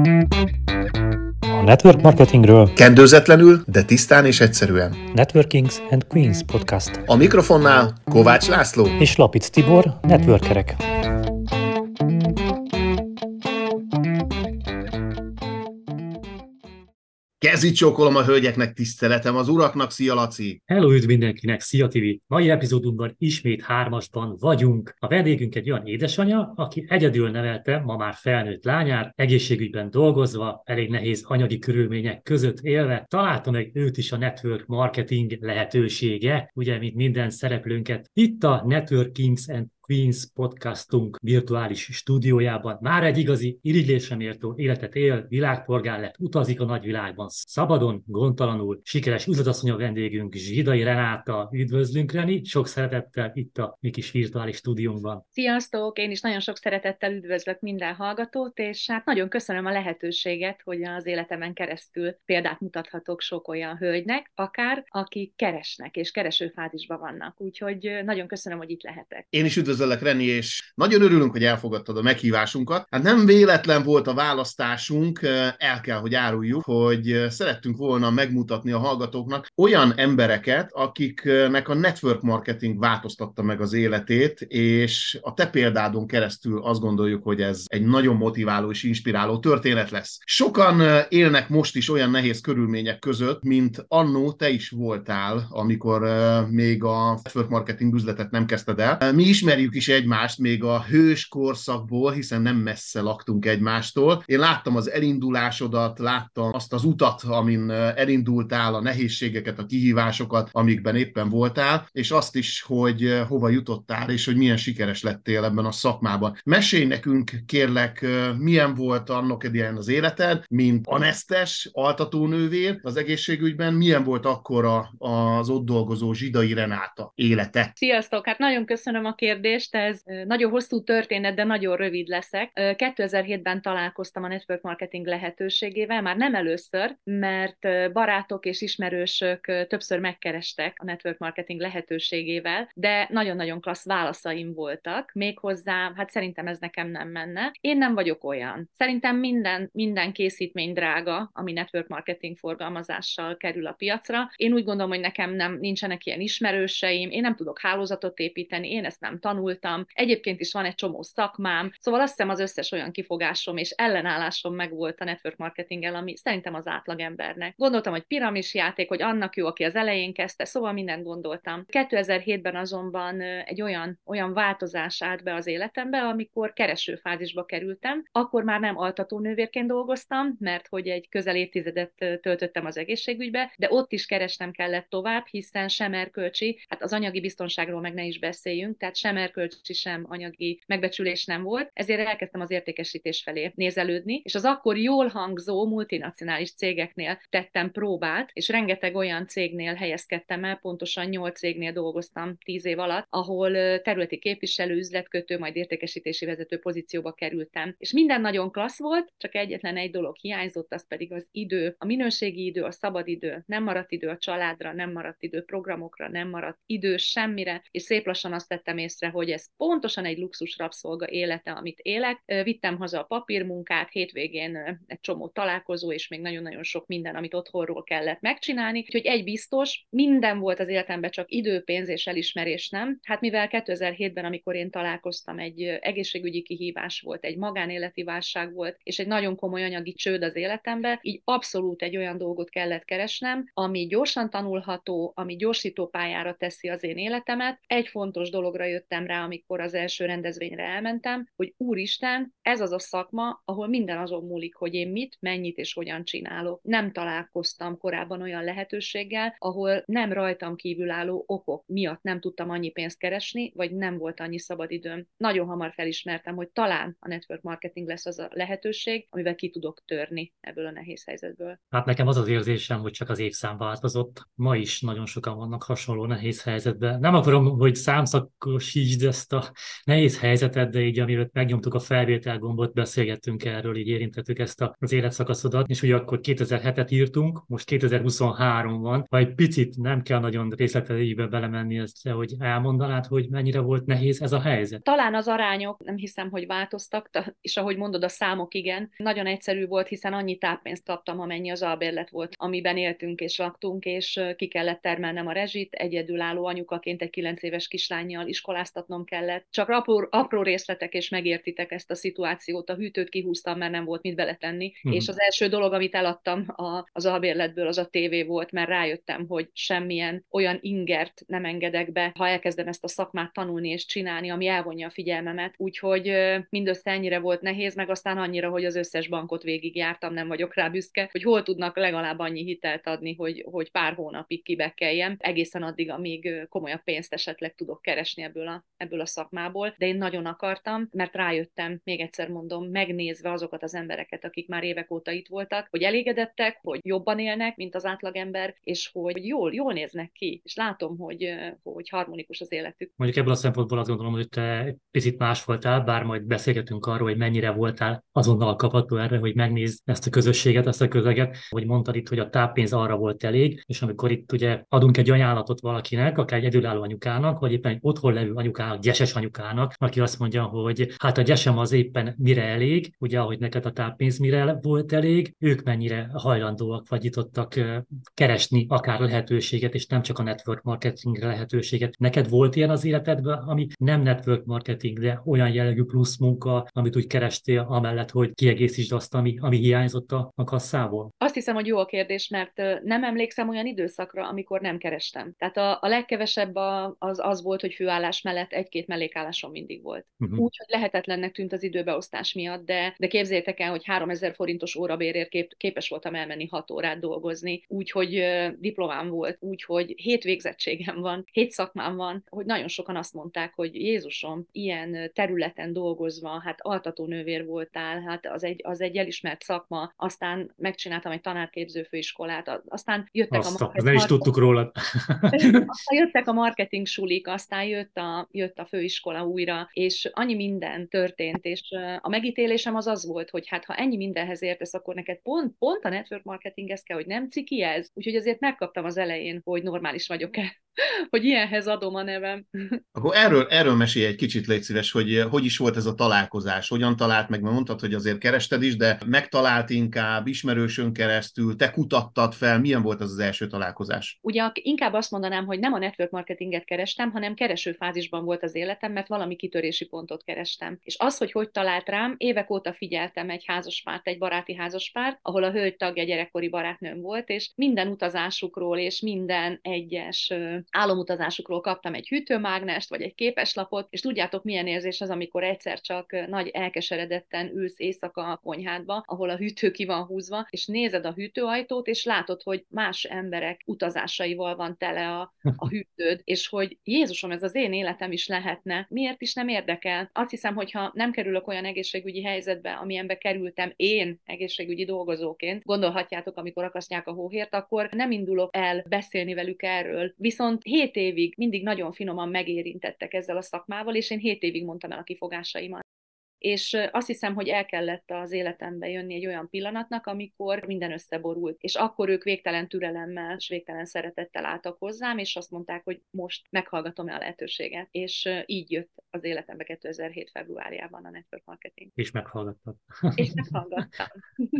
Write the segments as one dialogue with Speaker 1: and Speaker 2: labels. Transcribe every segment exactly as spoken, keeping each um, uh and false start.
Speaker 1: A network marketingről
Speaker 2: kendőzetlenül, de tisztán és egyszerűen.
Speaker 1: Network Kings and Queens podcast.
Speaker 2: A mikrofonnál Kovács László
Speaker 1: És Lapic Tibor, networkerek.
Speaker 2: Kezit csókolom a hölgyeknek, tiszteletem az uraknak, szia Laci!
Speaker 3: Hello, üdv mindenkinek, szia Tibi! Mai epizódunkban ismét hármasban vagyunk. A vendégünk egy olyan édesanyja, aki egyedül nevelte ma már felnőtt lányát, egészségügyben dolgozva, elég nehéz anyagi körülmények között élve, találta meg őt is a network marketing lehetősége, ugye, mint minden szereplőnket. Itt a Network Kings and Queens podcastunk virtuális stúdiójában már egy igazi irigylésre méltó életet él, világpolgár lett, utazik a nagyvilágban szabadon, gondtalanul, sikeres üzletasszony a vendégünk, Zsidai Renáta. Üdvözlünk, Reni, sok szeretettel itt a mi kis virtuális stúdiónkban.
Speaker 4: Sziasztok, én is nagyon sok szeretettel üdvözlök minden hallgatót, és hát nagyon köszönöm a lehetőséget, hogy az életemen keresztül példát mutathatok sok olyan hölgynek, akár akik keresnek és keresőfázisban vannak. Úgyhogy nagyon köszönöm, hogy itt lehetek.
Speaker 2: Én is üdvözlök, Reni, és nagyon örülünk, hogy elfogadtad a meghívásunkat. Hát nem véletlen volt a választásunk, el kell, hogy áruljuk, hogy szerettünk volna megmutatni a hallgatóknak olyan embereket, akiknek a network marketing változtatta meg az életét, és a te példádon keresztül azt gondoljuk, hogy ez egy nagyon motiváló és inspiráló történet lesz. Sokan élnek most is olyan nehéz körülmények között, mint annó te is voltál, amikor még a network marketing üzletet nem kezdted el. Mi ismerjük is egymást még a hős korszakból, hiszen nem messze laktunk egymástól. Én láttam az elindulásodat, láttam azt az utat, amin elindultál, a nehézségeket, a kihívásokat, amikben éppen voltál, és azt is, hogy hova jutottál, és hogy milyen sikeres lettél ebben a szakmában. Mesélj nekünk, kérlek, milyen volt annak idején az életed, mint anesztes, altatónővér az egészségügyben, milyen volt akkor a, az ott dolgozó Zsidai Renáta élete?
Speaker 4: Sziasztok! Hát nagyon köszönöm a kérdést. Ez nagyon hosszú történet, de nagyon rövid leszek. kétezer-hétben találkoztam a network marketing lehetőségével, már nem először, mert barátok és ismerősök többször megkerestek a network marketing lehetőségével, de nagyon-nagyon klassz válaszaim voltak, méghozzá, hát szerintem ez nekem nem menne. Én nem vagyok olyan. Szerintem minden, minden készítmény drága, ami network marketing forgalmazással kerül a piacra. Én úgy gondolom, hogy nekem nem, nincsenek ilyen ismerőseim, én nem tudok hálózatot építeni, én ezt nem tanultam. Egyébként is van egy csomó szakmám, szóval azt hiszem az összes olyan kifogásom és ellenállásom megvolt a network marketinggel, ami szerintem az átlagembernek. Gondoltam, hogy piramis játék, hogy annak jó, aki az elején kezdte, szóval mindent gondoltam. kétezer-hétben azonban egy olyan, olyan változás állt be az életembe, amikor keresőfázisba kerültem. Akkor már nem altatónővérként dolgoztam, mert hogy egy közel évtizedet töltöttem az egészségügybe, de ott is keresnem kellett tovább, hiszen sem erkölcsi, hát az anyagi biztonságról meg ne is beszéljünk, tehát sem erkölcsi, sem anyagi megbecsülés nem volt, ezért elkezdtem az értékesítés felé nézelődni, és az akkor jól hangzó multinacionális cégeknél tettem próbát, és rengeteg olyan cégnél helyezkedtem el, pontosan nyolc cégnél dolgoztam tíz év alatt, ahol területi képviselő, üzletkötő, majd értékesítési vezető pozícióba kerültem. És minden nagyon klassz volt, csak egyetlen egy dolog hiányzott, az pedig az idő, a minőségi idő, a szabad idő, nem maradt idő a családra, nem maradt idő programokra, nem maradt idő semmire, és szép lassan azt tettem észre, hogy ez pontosan egy luxus rabszolga élete, amit élek. Vittem haza a papírmunkát, hétvégén egy csomó találkozó, és még nagyon-nagyon sok minden, amit otthonról kellett megcsinálni. Úgyhogy egy biztos, minden volt az életemben, csak idő, pénz és elismerés nem. Hát mivel kétezer-hétben, amikor én találkoztam, egy egészségügyi kihívás volt, egy magánéleti válság volt, és egy nagyon komoly anyagi csőd az életemben, így abszolút egy olyan dolgot kellett keresnem, ami gyorsan tanulható, ami gyorsító pályára teszi az én életemet. Egy fontos dologra jöttem rá, amikor az első rendezvényre elmentem, hogy úristen, ez az a szakma, ahol minden azon múlik, hogy én mit, mennyit és hogyan csinálok. Nem találkoztam korábban olyan lehetőséggel, ahol nem rajtam kívülálló okok miatt nem tudtam annyi pénzt keresni, vagy nem volt annyi szabadidőm. Nagyon hamar felismertem, hogy talán a network marketing lesz az a lehetőség, amivel ki tudok törni ebből a nehéz helyzetből.
Speaker 3: Hát nekem az az érzésem, hogy csak az évszám változott. Ma is nagyon sokan vannak hasonló nehéz helyzetben. Nem akarom, hogy számszakosítsd segítsd ezt a nehéz helyzetet, de így, amiről megnyomtuk a felvétel gombot, beszélgettünk erről, így érintettük ezt az életszakaszodat, és ugye akkor kétezer-hetet írtunk, most kétezer-huszonhárom van, ha egy picit nem kell nagyon részleteibe belemenni ezt, hogy elmondanád, hogy mennyire volt nehéz ez a helyzet?
Speaker 4: Talán az arányok nem hiszem, hogy változtak, és ahogy mondod, a számok igen. Nagyon egyszerű volt, hiszen annyi táppénzt kaptam, amennyi az albérlet volt, amiben éltünk és laktunk, és ki kellett termelnem a rezsit, egyedülálló anyukaként egy kilenc éves kislánnyal iskoláztatnom kellett. Csak apró, apró részletek, és megértitek ezt a szituációt. A hűtőt kihúztam, mert nem volt mit beletenni, uh-huh. és az első dolog, amit eladtam a, az albérletből, az a tévé volt, mert rájöttem, hogy semmilyen olyan ingert nem engedek be, ha elkezdem ezt a szakmát tanulni és csinálni, ami elvonja a figyelmemet. Úgyhogy mindössze ennyire volt nehéz, meg aztán annyira, hogy az összes bankot végigjártam, nem vagyok rá büszke, hogy hol tudnak legalább annyi hitelt adni, hogy, hogy pár hónapig kibekkeljem, egészen addig, amíg komolyabb pénzt esetleg tudok keresni ebből a, ebből a szakmából. De én nagyon akartam, mert rájöttem, még egyszer mondom, megnézve azokat az embereket, akik már évek óta itt voltak, hogy elégedettek, hogy jobban élnek, mint az átlagember, és hogy jól, jól néznek ki, és látom, hogy, hogy harmonikus az életük.
Speaker 3: Mondjuk ebből a szempontból azt gondolom, hogy te picit más voltál, bár majd beszélgetünk arról, hogy mennyire voltál azonnal kapható erre, hogy megnézd ezt a közösséget, ezt a közeget, hogy mondtad itt, hogy a táppénz arra volt elég, és amikor itt ugye adunk egy ajánlatot valakinek, akár egy egyedülálló anyukának, vagy éppen egy otthon levő anyukának, gyeses anyukának, aki azt mondja, hogy hát a gyesem az éppen mire elég, ugye, ahogy neked a táppénz mire volt elég, ők mennyire hajlandóak vagy nyitottak keresni akár lehetőséget, és nem csak a network marketingre lehetőséget. Neked volt ilyen az életedben, ami nem network marketing, de olyan jellegű plusz munka, amit úgy kerestél, amellett, hogy kiegészítsd azt, ami, ami hiányzott a, a kasszából?
Speaker 4: Azt hiszem, hogy jó a kérdés, mert nem emlékszem olyan időszakra, amikor nem kerestem. Tehát a, a legkevesebb a, az, az volt, hogy főállás mellett egy-két mellékállásom mindig volt. Uh-huh. Úgy, hogy lehetetlennek tűnt az időbeosztás miatt, de, de képzeljétek el, hogy háromezer forintos órabérért kép, képes voltam elmenni hat órát dolgozni, úgyhogy uh, diplomám volt, úgyhogy hét végzettségem van, hét szakmám van, hogy nagyon sokan azt mondták, hogy Jézusom, ilyen területen dolgozva, hát altatónővér voltál, hát az egy, az egy elismert szakma, aztán megcsináltam egy tanárképző főiskolát, aztán jöttek
Speaker 3: Azt,
Speaker 4: a marketing...
Speaker 3: nem is tudtuk rólad.
Speaker 4: Aztán jöttek a marketing sulik, aztán jött a, jött a főiskola újra, és annyi minden történt, és a megítélésem az az volt, hogy hát ha ennyi mindenhez értesz, akkor neked pont, pont a network marketinghez kell, hogy nem ciki ez. Úgyhogy azért megkaptam az elején, hogy normális vagyok-e, hogy ilyenhez adom a nevem.
Speaker 2: Akkor erről, erről mesélj egy kicsit, légy szíves, hogy hogy is volt ez a találkozás, hogyan talált meg, mert mondtad, hogy azért kerested is, de megtalált inkább, ismerősön keresztül, te kutattad fel, milyen volt az az első találkozás?
Speaker 4: Ugye inkább azt mondanám, hogy nem a network marketinget kerestem, hanem keresőfázisban volt az életem, mert valami kitörési pontot kerestem. És az, hogy hogy talált rám, évek óta figyeltem egy házaspárt, egy baráti házaspárt, ahol a hölgy tagja gyerekkori barátnőm volt, és minden utazásukról és minden egyes álomutazásukról kaptam egy hűtőmágnest, vagy egy képeslapot, és tudjátok, milyen érzés az, amikor egyszer csak nagy elkeseredetten ülsz éjszaka a konyhádba, ahol a hűtő ki van húzva, és nézed a hűtőajtót, és látod, hogy más emberek utazásaival van tele a, a hűtőd, és hogy Jézusom, ez az én életem is lehetne. Miért is nem érdekel? Azt hiszem, hogyha nem kerülök olyan egészségügyi helyzetbe, amilyenbe kerültem én egészségügyi dolgozóként, gondolhatjátok, amikor akasztják a hóhért, akkor nem indulok el beszélni velük erről. Viszont hét évig mindig nagyon finoman megérintettek ezzel a szakmával, és én hét évig mondtam el a kifogásaimat. És azt hiszem, hogy el kellett az életembe jönni egy olyan pillanatnak, amikor minden összeborult. És akkor ők végtelen türelemmel és végtelen szeretettel álltak hozzám, és azt mondták, hogy most meghallgatom-e a lehetőséget. És így jött az életembe kétezer-hét februárjában a network marketing.
Speaker 3: És meghallgattad.
Speaker 4: És meghallgattam.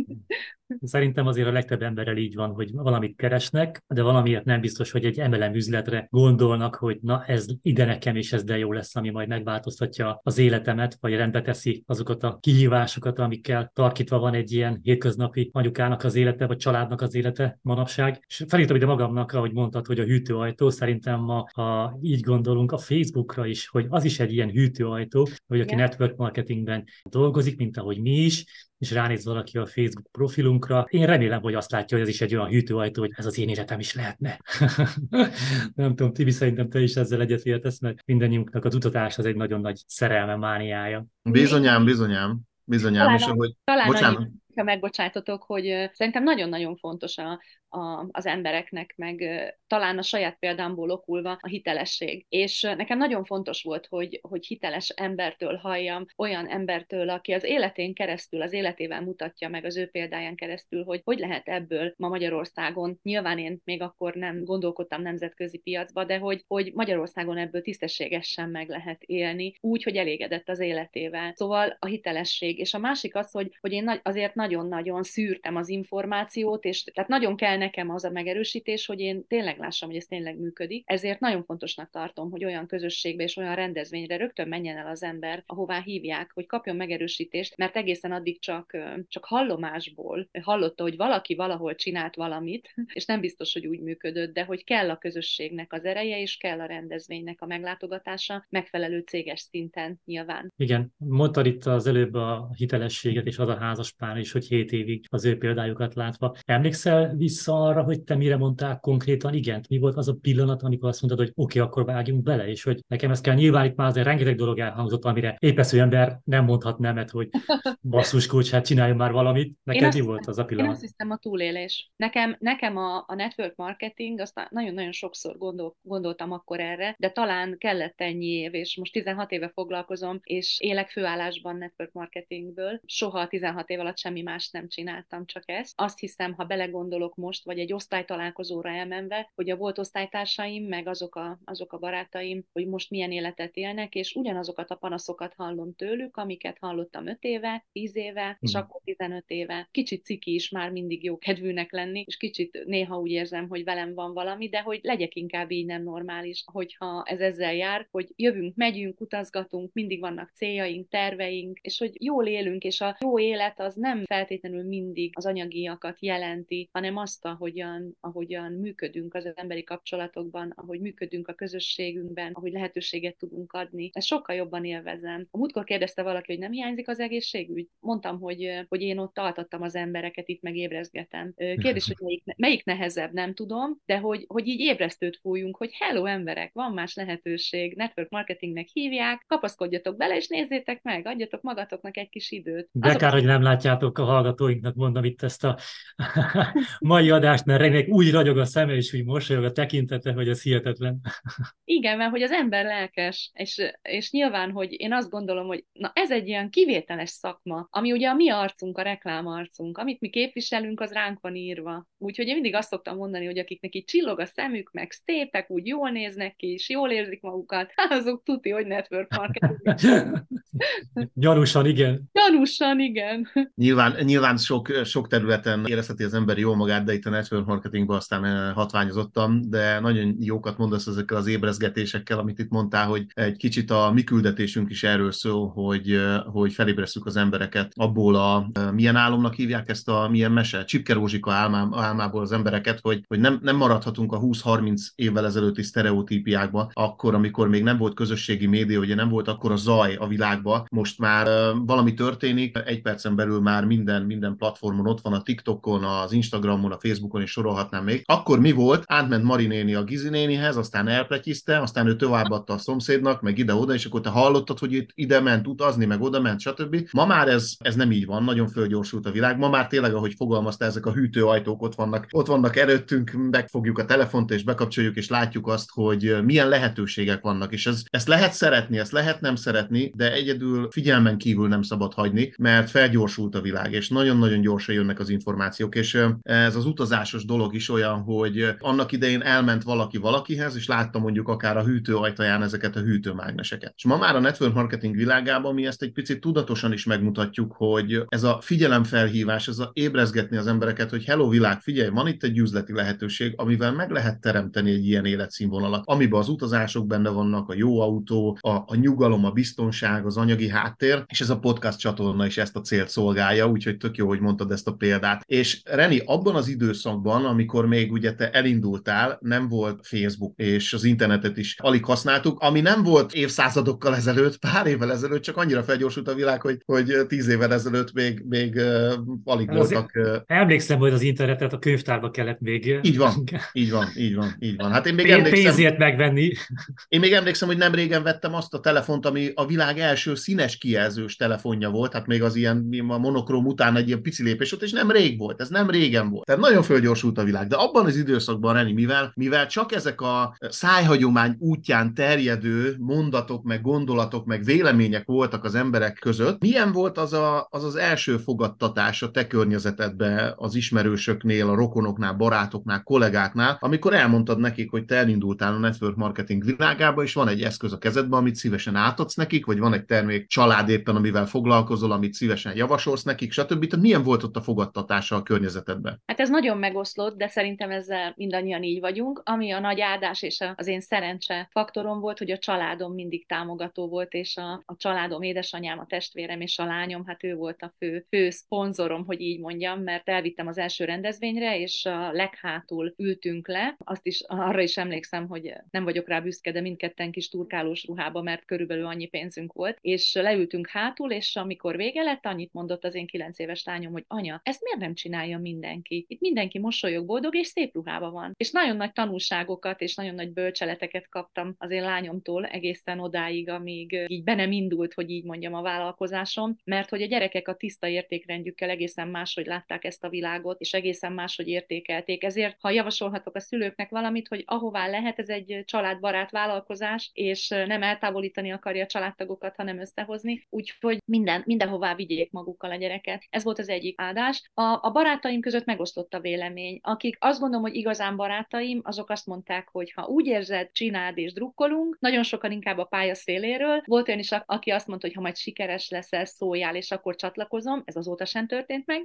Speaker 3: Szerintem azért a legtöbb emberrel így van, hogy valamit keresnek, de valamiért nem biztos, hogy egy em el em üzletre gondolnak, hogy na ez ide nekem, és ez de jó lesz, ami majd megváltoztatja az életemet, vagy rendbe teszi azokat a kihívásokat, amikkel tarkítva van egy ilyen hétköznapi anyukának az élete, vagy családnak az élete manapság. És felírtam ide magamnak, ahogy mondtad, hogy a hűtőajtó, szerintem ma, ha így gondolunk, a Facebookra is, hogy az is egy ilyen hűtőajtó, hogy aki yeah. network marketingben dolgozik, mint ahogy mi is, és ránéz valaki a Facebook profilunkra. Én remélem, hogy azt látja, hogy ez is egy olyan hűtőajtó, hogy ez az én életem is lehetne. Nem tudom, Tibi, szerintem te is ezzel egyetértesz, mert mindannyiunknak a tudatás az egy nagyon nagy szerelme mániája.
Speaker 2: Bizonyám, bizonyám, bizonyám.
Speaker 4: Talán,
Speaker 2: és ahogy...
Speaker 4: talán
Speaker 2: Bocsánat.
Speaker 4: annyi, ha megbocsájtotok, hogy szerintem nagyon-nagyon fontos a, a, az embereknek, meg talán a saját példámból okulva a hitelesség. És nekem nagyon fontos volt, hogy, hogy hiteles embertől halljam, olyan embertől, aki az életén keresztül, az életével mutatja meg az ő példáján keresztül, hogy hogy lehet ebből ma Magyarországon, nyilván én még akkor nem gondolkodtam nemzetközi piacba, de hogy, hogy Magyarországon ebből tisztességesen meg lehet élni, úgy, hogy elégedett az életével. Szóval a hitelesség. És a másik az, hogy, hogy én azért nagyon-nagyon szűrtem az információt, és tehát nagyon kell nekem az a megerősítés, hogy én tényleg lássam, hogy ez tényleg működik. Ezért nagyon fontosnak tartom, hogy olyan közösségbe és olyan rendezvényre rögtön menjen el az ember, ahová hívják, hogy kapjon megerősítést, mert egészen addig csak, csak hallomásból hallotta, hogy valaki valahol csinált valamit, és nem biztos, hogy úgy működött, de hogy kell a közösségnek az ereje, és kell a rendezvénynek a meglátogatása, megfelelő céges szinten nyilván.
Speaker 3: Igen, mondtad itt az előbb a hitelességet, és az a házaspár is, hogy hét évig az ő példájukat látva. Emlékszel vissza arra, hogy te mire mondtál konkrétan igent? Mi volt az a pillanat, amikor azt mondtad, hogy oké, okay, akkor vágjunk bele, és hogy nekem ezt kell nyilván itt már azért rengeteg dolog elhangzott, amire épesző ember nem mondhat nemet, hogy basszus kulcs, hát csináljon már valamit. Neked mi volt az a pillanat?
Speaker 4: Én azt hiszem a túlélés. Nekem, nekem a, a network marketing, azt nagyon-nagyon sokszor gondol, gondoltam akkor erre, de talán kellett ennyi év, és most tizenhat éve foglalkozom, és élek főállásban network marketingből. Soha tizenhat év alatt semmi más nem csináltam, csak ezt. Azt hiszem, ha belegondolok most, vagy egy osztálytalálkozóra elmenve, hogy a volt osztálytársaim, meg azok a, azok a barátaim, hogy most milyen életet élnek, és ugyanazokat a panaszokat hallom tőlük, amiket hallottam öt éve, tíz éve, és hmm. akkor tizenöt éve. Kicsit ciki is már mindig jó kedvűnek lenni, és kicsit néha úgy érzem, hogy velem van valami, de hogy legyek inkább így nem normális, hogyha ez ezzel jár, hogy jövünk, megyünk, utazgatunk, mindig vannak céljaink, terveink, és hogy jól élünk, és a jó élet az nem feltétlenül mindig az anyagiakat jelenti, hanem azt, ahogyan, ahogyan működünk az emberi kapcsolatokban, ahogy működünk a közösségünkben, ahogy lehetőséget tudunk adni. Ezt sokkal jobban élvezem. A múltkor kérdezte valaki, hogy nem hiányzik az egészségügy? Mondtam, hogy, hogy én ott altattam az embereket, itt meg ébrezgetem. Kérdés, hogy melyik, melyik nehezebb, nem tudom, de hogy, hogy így ébresztőt fújjunk, hogy hello emberek, van más lehetőség, network marketingnek hívják, kapaszkodjatok bele, és nézzétek meg, adjatok magatoknak egy kis időt.
Speaker 3: De kár, hogy nem látjátok a hallgatóinknak, mondom itt ezt a mai adást, mert Renének úgy ragyog a szeme, és úgy mosolyog a tekintete, hogy ez hihetetlen.
Speaker 4: Igen, mert hogy az ember lelkes, és, és nyilván, hogy én azt gondolom, hogy na ez egy ilyen kivételes szakma, ami ugye a mi arcunk, a reklámarcunk, amit mi képviselünk, az ránk van írva. Úgyhogy én mindig azt szoktam mondani, hogy akiknek így csillog a szemük, meg szépek, úgy jól néznek ki, és jól érzik magukat, azok tuti, hogy network marketing.
Speaker 3: Gyanúsan, igen.
Speaker 4: Gyanúsan, igen.
Speaker 2: Nyilván, nyilván sok, sok területen érezheti az ember jól magát, de itt a network marketingben aztán hatványozottam, de nagyon jókat mondasz ezekkel az ébrezgetésekkel, amit itt mondtál, hogy egy kicsit a mi küldetésünk is erről szól, hogy, hogy felébresszük az embereket abból a, milyen álomnak hívják ezt a, milyen mese, Csipke Rózsika álmá, álmából az embereket, hogy, hogy nem, nem maradhatunk a húsz-harminc évvel ezelőtti sztereotípiákba, akkor, amikor még nem volt közösségi média, ugye nem volt akkor a zaj a világban, most már uh, valami történik, egy percen belül már minden, minden platformon ott van, a TikTokon, az Instagramon, a Facebookon is sorolhatnám még. Akkor mi volt? Átment Mari néni a Gizi nénihez, aztán elpletyizte, aztán ő továbbadta a szomszédnak, meg ide-oda, és akkor te hallottad, hogy itt ide ment utazni, meg oda ment, stb. Ma már ez, ez nem így van, nagyon fölgyorsult a világ. Ma már tényleg, ahogy fogalmazta, ezek a hűtőajtók ott vannak, ott vannak előttünk, megfogjuk a telefont, és bekapcsoljuk, és látjuk azt, hogy milyen lehetőségek vannak. És ez, ezt lehet szeretni, ezt lehet nem szeretni, de egyedül figyelmen kívül nem szabad hagyni, mert felgyorsult a világ, és nagyon-nagyon gyorsan jönnek az információk, és ez az utazásos dolog is olyan, hogy annak idején elment valaki valakihez, és látta mondjuk akár a hűtő ajtaján ezeket a hűtőmágneseket. És ma már a network marketing világában mi ezt egy picit tudatosan is megmutatjuk, hogy ez a figyelemfelhívás, ez a ébrezgetni az embereket, hogy hello világ, figyelj, van itt egy üzleti lehetőség, amivel meg lehet teremteni egy ilyen életszínvonalat, amiben az utazások benne vannak, a jó autó, a, a nyugalom, a biztonság, az anyagi háttér, és ez a podcast csatorna is ezt a célt szolgálja, úgyhogy tök jó, hogy mondtad ezt a példát. És Reni, abban az időszakban, amikor még ugye te elindultál, nem volt Facebook, és az internetet is alig használtuk, ami nem volt évszázadokkal ezelőtt, pár évvel ezelőtt, csak annyira felgyorsult a világ, hogy, hogy tíz évvel ezelőtt még, még uh, alig
Speaker 3: az
Speaker 2: voltak. Uh...
Speaker 3: Emlékszem, hogy az internetet a könyvtárba kellett még...
Speaker 2: Így van, így van, így van, így van. Hát én még
Speaker 3: Pénz,
Speaker 2: emlékszem...
Speaker 3: Pénzért megvenni.
Speaker 2: Én még emlékszem, hogy nem régen vettem azt a telefont, ami a világ első színes kijelzős telefonja volt. hát még az ilyen a monokróm után egy ilyen pici lépés volt, és nem rég volt, ez nem régen volt. Tehát nagyon fölgyorsult a világ. De abban az időszakban, Reni, mivel, mivel csak ezek a szájhagyomány útján terjedő mondatok, meg gondolatok, meg vélemények voltak az emberek között, milyen volt az a, az, az első fogadtatás a te környezetedbe, az ismerősöknél, a rokonoknál, barátoknál, kollégáknál, amikor elmondtad nekik, hogy te elindultál a network marketing világába, és van egy eszköz a kezedben, amit szívesen átadsz nekik, vagy van egy termék család éppen, amivel foglalkozol, amit szívesen javasolsz nekik, stb. Tehát milyen volt ott a fogadtatása a környezetedben?
Speaker 4: Hát ez nagyon megoszlott, de szerintem ezzel mindannyian így vagyunk. Ami a nagy áldás és az én szerencse faktorom volt, hogy a családom mindig támogató volt, és a, a családom, édesanyám, a testvérem és a lányom, hát ő volt a fő, fő szponzorom, hogy így mondjam, mert elvittem az első rendezvényre, és a leghátul ültünk le. Azt is, arra is emlékszem, hogy nem vagyok rá büszke, de mindketten kis turkálós ruhába, mert körülbelül annyi pénzünk volt, és leültünk hátul, és amikor vége lett, annyit mondott az én kilenc éves lányom, hogy anya, ezt miért nem csinálja mindenki? Itt mindenki mosolyog, boldog és szép ruhában van. És nagyon nagy tanulságokat és nagyon nagy bölcseleteket kaptam az én lányomtól egészen odáig, amíg így be nem indult, hogy így mondjam, a vállalkozásom, mert hogy a gyerekek a tiszta értékrendjükkel egészen máshogy látták ezt a világot, és egészen máshogy értékelték. Ezért, ha javasolhatok a szülőknek valamit, hogy ahová lehet, ez egy családbarát vállalkozás, és nem eltávolítani akarja a családtagokat, hanem összehozni, úgyhogy minden, mindenhová vigyék magukkal a gyereket. Ez volt az egyik áldás. A, a barátaim között megosztott a vélemény. Akik azt gondolom, hogy igazán barátaim, azok azt mondták, hogy ha úgy érzed, csináld és drukkolunk, nagyon sokan inkább a pálya széléről. Volt olyan is, aki azt mondta, hogy ha majd sikeres leszel, szóljál, és akkor csatlakozom. Ez azóta sem történt meg.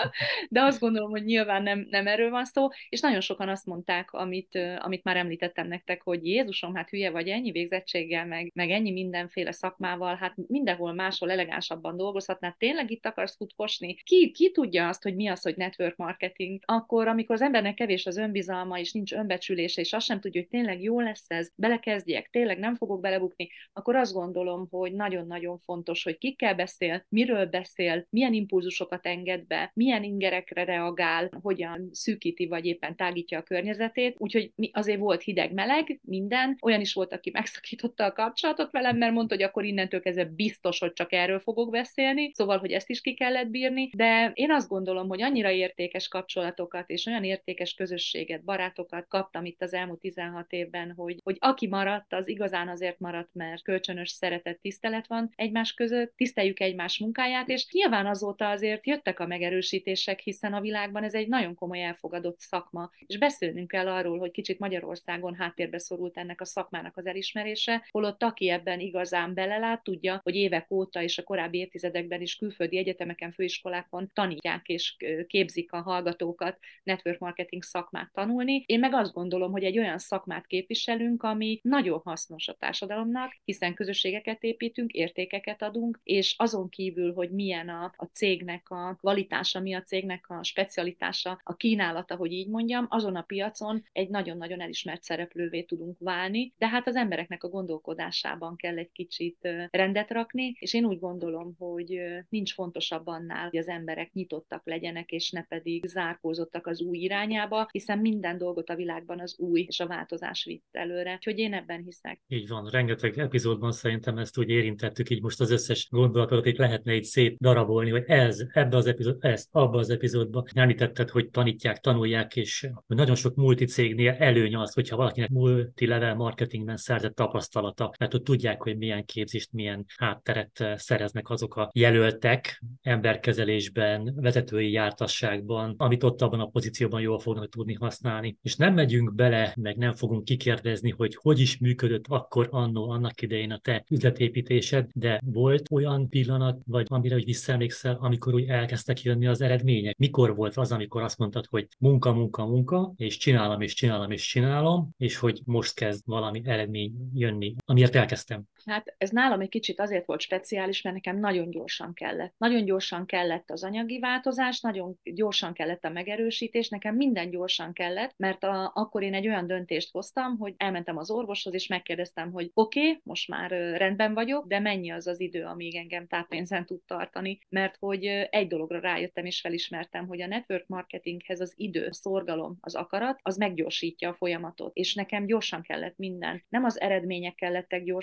Speaker 4: De azt gondolom, hogy nyilván nem, nem erről van szó, és nagyon sokan azt mondták, amit, amit már említettem nektek, hogy Jézusom, hát hülye vagy, ennyi végzettséggel, meg, meg ennyi mindenféle szakmával, hát mindenhol máshol elegánsabban dolgozhatnál, tényleg itt akarsz futkosni? Ki, ki tudja azt, hogy mi az, hogy network marketing? Akkor, amikor az embernek kevés az önbizalma, és nincs önbecsülése, és azt sem tudja, hogy tényleg jó lesz ez, belekezdjek, tényleg nem fogok belebukni, akkor azt gondolom, hogy nagyon-nagyon fontos, hogy kikkel beszél, miről beszél, milyen impulzusokat enged be, milyen ingerekre reagál, hogyan szűkíti, vagy éppen tágítja a környezetét. Úgyhogy azért volt hideg-meleg, minden. Olyan is volt, aki megszakította a kapcsolatot velem, mert mondta, hogy akkor innentől kezdve biztos, hogy csak erről fogok beszélni, szóval, hogy ezt is ki kellett bírni, de én azt gondolom, hogy annyira értékes kapcsolatokat és olyan értékes közösséget, barátokat kaptam itt az elmúlt tizenhat évben, hogy, hogy aki maradt, az igazán azért maradt, mert kölcsönös szeretet, tisztelet van egymás között, tiszteljük egymás munkáját, és nyilván azóta azért jöttek a megerősítések, hiszen a világban ez egy nagyon komoly elfogadott szakma, és beszélnünk kell arról, hogy kicsit Magyarországon háttérbe szorult ennek a szakmának az elismerése, holott aki ebben igazán belelát, tudja, hogy évek óta és a korábbi évtizedekben is külföldi egyetemeken, főiskolákon tanítják és képzik a hallgatókat network marketing szakmát tanulni. Én meg azt gondolom, hogy egy olyan szakmát képviselünk, ami nagyon hasznos a társadalomnak, hiszen közösségeket építünk, értékeket adunk, és azon kívül, hogy milyen a, a cégnek a kvalitása, mi a cégnek a specialitása, a kínálata, hogy így mondjam, azon a piacon egy nagyon-nagyon elismert szereplővé tudunk válni, de hát az embereknek a gondolkodásában kell egy kicsit rendet rakni, és én úgy gondolom, hogy nincs fontosabb annál, hogy az emberek nyitottak legyenek, és ne pedig zárkózottak az új irányába, hiszen minden dolgot a világban az új és a változás vitt előre. Úgyhogy én ebben hiszek.
Speaker 3: Így van, rengeteg epizódban szerintem ezt úgy érintettük, így most az összes gondolatot itt lehetne így szét darabolni, hogy ez, ebbe az epizód, ezt, abba az epizódba. Említetted, hogy tanítják, tanulják, és hogy nagyon sok multicégnél előny az, hogyha valakinek multilevel marketingben szerzett tapasztalata, mert ott tudják, hogy milyen képzést, milyen hátteret szereznek azok a jelöltek emberkezelésben, vezetői jártasságban, amit ott abban a pozícióban jól fognak tudni használni. És nem megyünk bele, meg nem fogunk kikérdezni, hogy hogy is működött akkor annó, annak idején a te üzletépítésed, de volt olyan pillanat, vagy amire úgy visszaemlékszel, amikor úgy elkezdtek jönni az eredmények? Mikor volt az, amikor azt mondtad, hogy munka, munka, munka, és csinálom, és csinálom, és csinálom, és hogy most kezd valami eredmény jönni, amiért elkezdtem?
Speaker 4: Hát ez nálam egy kicsit azért volt speciális, mert nekem nagyon gyorsan kellett. Nagyon gyorsan kellett az anyagi változás, nagyon gyorsan kellett a megerősítés, nekem minden gyorsan kellett, mert a, akkor én egy olyan döntést hoztam, hogy elmentem az orvoshoz, és megkérdeztem, hogy oké, okay, most már rendben vagyok, de mennyi az az idő, amíg engem táppénzen tud tartani, mert hogy egy dologra rájöttem és felismertem, hogy a network marketinghez az idő, a szorgalom, az akarat, az meggyorsítja a folyamatot, és nekem gyorsan kellett minden. Nem az eredmények kellettek gyorsan, hanem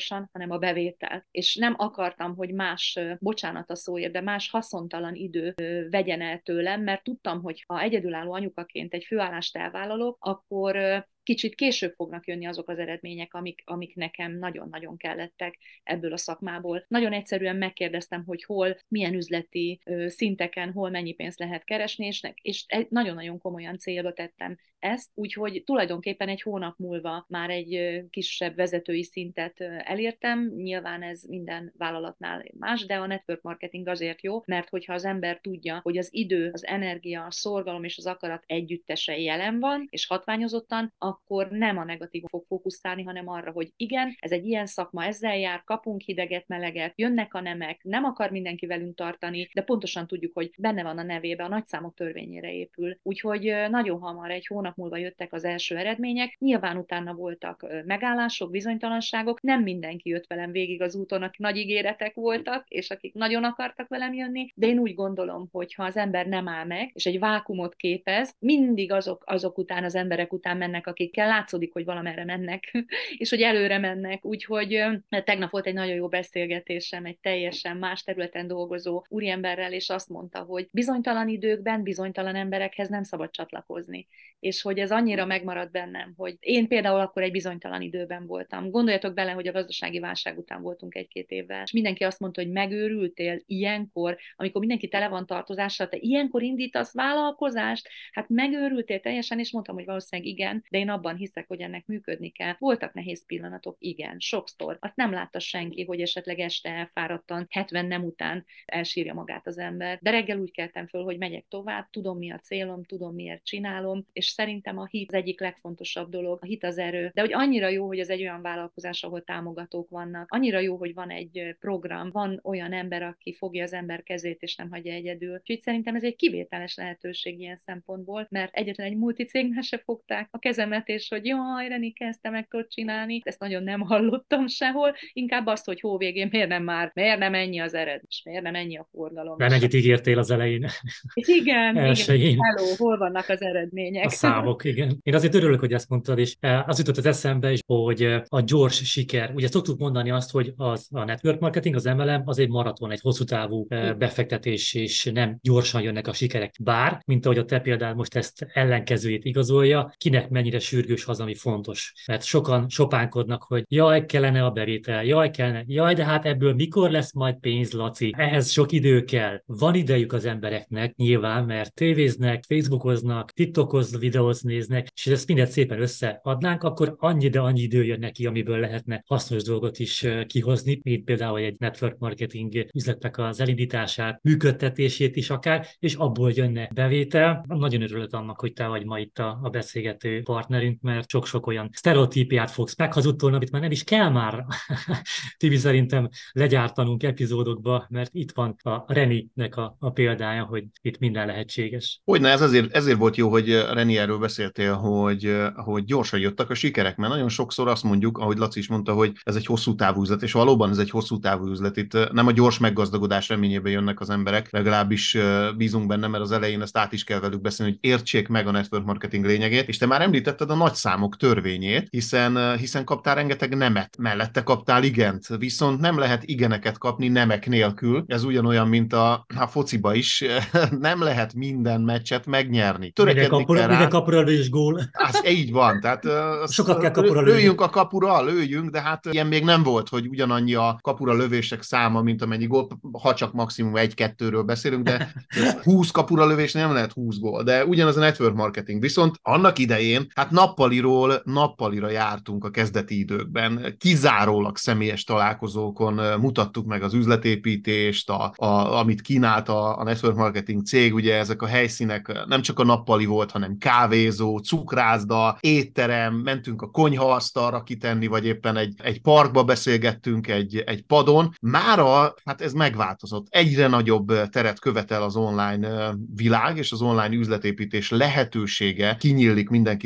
Speaker 4: a bevétel. És nem akartam, hogy más, bocsánat a szóért, de más haszontalan idő vegyen el tőlem, mert tudtam, hogy ha egyedülálló anyukaként egy főállást elvállalok, akkor kicsit később fognak jönni azok az eredmények, amik, amik nekem nagyon-nagyon kellettek ebből a szakmából. Nagyon egyszerűen megkérdeztem, hogy hol, milyen üzleti szinteken, hol mennyi pénzt lehet keresni, és, és nagyon-nagyon komolyan célba tettem ezt, úgyhogy tulajdonképpen egy hónap múlva már egy kisebb vezetői szintet elértem. Nyilván ez minden vállalatnál más, de a network marketing azért jó, mert hogyha az ember tudja, hogy az idő, az energia, a szorgalom és az akarat együttesen jelen van, és hatványozottan, akkor nem a negatív fog fókuszálni, hanem arra, hogy igen, ez egy ilyen szakma, ezzel jár, kapunk hideget, meleget, jönnek a nemek, nem akar mindenki velünk tartani, de pontosan tudjuk, hogy benne van a nevébe, a nagyszámok törvényére épül. Úgyhogy nagyon hamar, egy hónap múlva jöttek az első eredmények, nyilván utána voltak megállások, bizonytalanságok, nem mindenki jött velem végig az úton, akik nagy ígéretek voltak, és akik nagyon akartak velem jönni, de én úgy gondolom, hogy ha az ember nem áll meg, és egy vákumot képez, mindig azok, azok után, az emberek után mennek, akikkel látszódik, hogy valamerre mennek, és hogy előre mennek. Úgyhogy tegnap volt egy nagyon jó beszélgetésem egy teljesen más területen dolgozó úriemberrel, és azt mondta, hogy bizonytalan időkben bizonytalan emberekhez nem szabad csatlakozni. És hogy ez annyira megmaradt bennem, hogy én például akkor egy bizonytalan időben voltam. Gondoljatok bele, hogy a gazdasági válság után voltunk egy-két évvel, és mindenki azt mondta, hogy megőrültél ilyenkor, amikor mindenki tele van tartozással, te ilyenkor indítasz vállalkozást, hát megőrültél teljesen, és mondtam, hogy valószínűleg igen, de én abban hiszek, hogy ennek működni kell. Voltak nehéz pillanatok, igen, sokszor. Azt nem látta senki, hogy esetleg este elfáradtan, hetven nem után elsírja magát az ember. De reggel úgy keltem föl, hogy megyek tovább, tudom, mi a célom, tudom, miért csinálom, és szerintem a hit az egyik legfontosabb dolog, a hit az erő. De hogy annyira jó, hogy ez egy olyan vállalkozás, ahol támogatók vannak, annyira jó, hogy van egy program, van olyan ember, aki fogja az ember kezét, és nem hagyja egyedül. Úgyhogy szerintem ez egy kivételes lehetőség ilyen szempontból, mert egyetlen egy multicégnél se fogták a kezemet, és hogy jaj, Renike, ezt te meg tudod csinálni. Ezt nagyon nem hallottam sehol, inkább azt, hogy hó végén miért nem már, miért nem ennyi az eredmény, miért nem ennyi a forgalom.
Speaker 3: Nem ennyit ígértél az elején.
Speaker 4: Igen, igen. Hello, hol vannak az eredmények?
Speaker 3: A számok, igen. Én azért örülök, hogy ezt mondtad, és az jutott az eszembe is, hogy a gyors siker. Ugye szoktuk mondani azt, hogy az, a network marketing, az em el em az egy maraton, egy hosszú távú befektetés, és nem gyorsan jönnek a sikerek. Bár, mint ahogy a te például most ezt ellenkezőjét igazolja, kinek mennyire sürgős az, ami fontos. Mert sokan sopánkodnak, hogy jaj, kellene a bevétel, jaj, kellene, jaj, de hát ebből mikor lesz majd pénz, Laci? Ehhez sok idő kell. Van idejük az embereknek, nyilván, mert tévéznek, facebookoznak, tiktokoznak, videót néznek, és ezt mindet szépen összeadnánk, akkor annyi, de annyi idő jön neki, amiből lehetne hasznos dolgot is kihozni, mint például egy network marketing üzletnek az elindítását, működtetését is akár, és abból jönne bevétel. Nagyon örülök annak, hogy te vagy ma itt a, a beszélgető partnerünk, mert sok-sok olyan sztereotípiát fogsz meghazudtolni, amit már nem is kell már Tibi szerintem legyártanunk epizódokba, mert itt van a Reninek a, a példája, hogy itt minden lehetséges.
Speaker 2: Hogyne, ez azért, ezért volt jó, hogy Reni, erről beszéltél, hogy, hogy gyorsan jöttek a sikerek, mert nagyon sokszor azt mondjuk, ahogy Laci is mondta, hogy ez egy hosszú távú üzlet, és valóban ez egy hosszú távú üzlet. Itt nem a gyors meggazdagodás reményében jönnek az emberek, legalábbis bízunk benne, mert az elején ezt át is kell velük beszélni, hogy értsék meg a network marketing lényegét, és te már említetted a nagyszámok törvényét, hiszen, hiszen kaptál rengeteg nemet, mellette kaptál igent, viszont nem lehet igeneket kapni nemek nélkül. Ez ugyanolyan, mint a, a fociba is, nem lehet minden meccset megnyerni. Törekedni kell rá.
Speaker 3: Minden kapura és gól.
Speaker 2: Az így van, tehát
Speaker 3: sokat kell kapura lőni.
Speaker 2: Lőjünk a kapura, lőjünk, de hát ilyen még nem volt, hogy ugyanannyi a kapura lövések száma, mint amennyi gól, ha csak maximum egy-kettőről beszélünk, de húsz kapura lövés nem lehet húsz gól, de ugyanaz a network marketing. Viszont annak idején, hát nappaliról nappalira jártunk a kezdeti időkben, kizárólag személyes találkozókon mutattuk meg az üzletépítést, a, a, amit kínált a, a network marketing cég, ugye ezek a helyszínek nem csak a nappali volt, hanem kávézó, cukrászda, étterem, mentünk a konyhaasztalra kitenni, vagy éppen egy, egy parkba beszélgettünk egy, egy padon. Mára, hát ez megváltozott. Egyre nagyobb teret követel az online világ, és az online üzletépítés lehetősége kinyílik mindenki számára,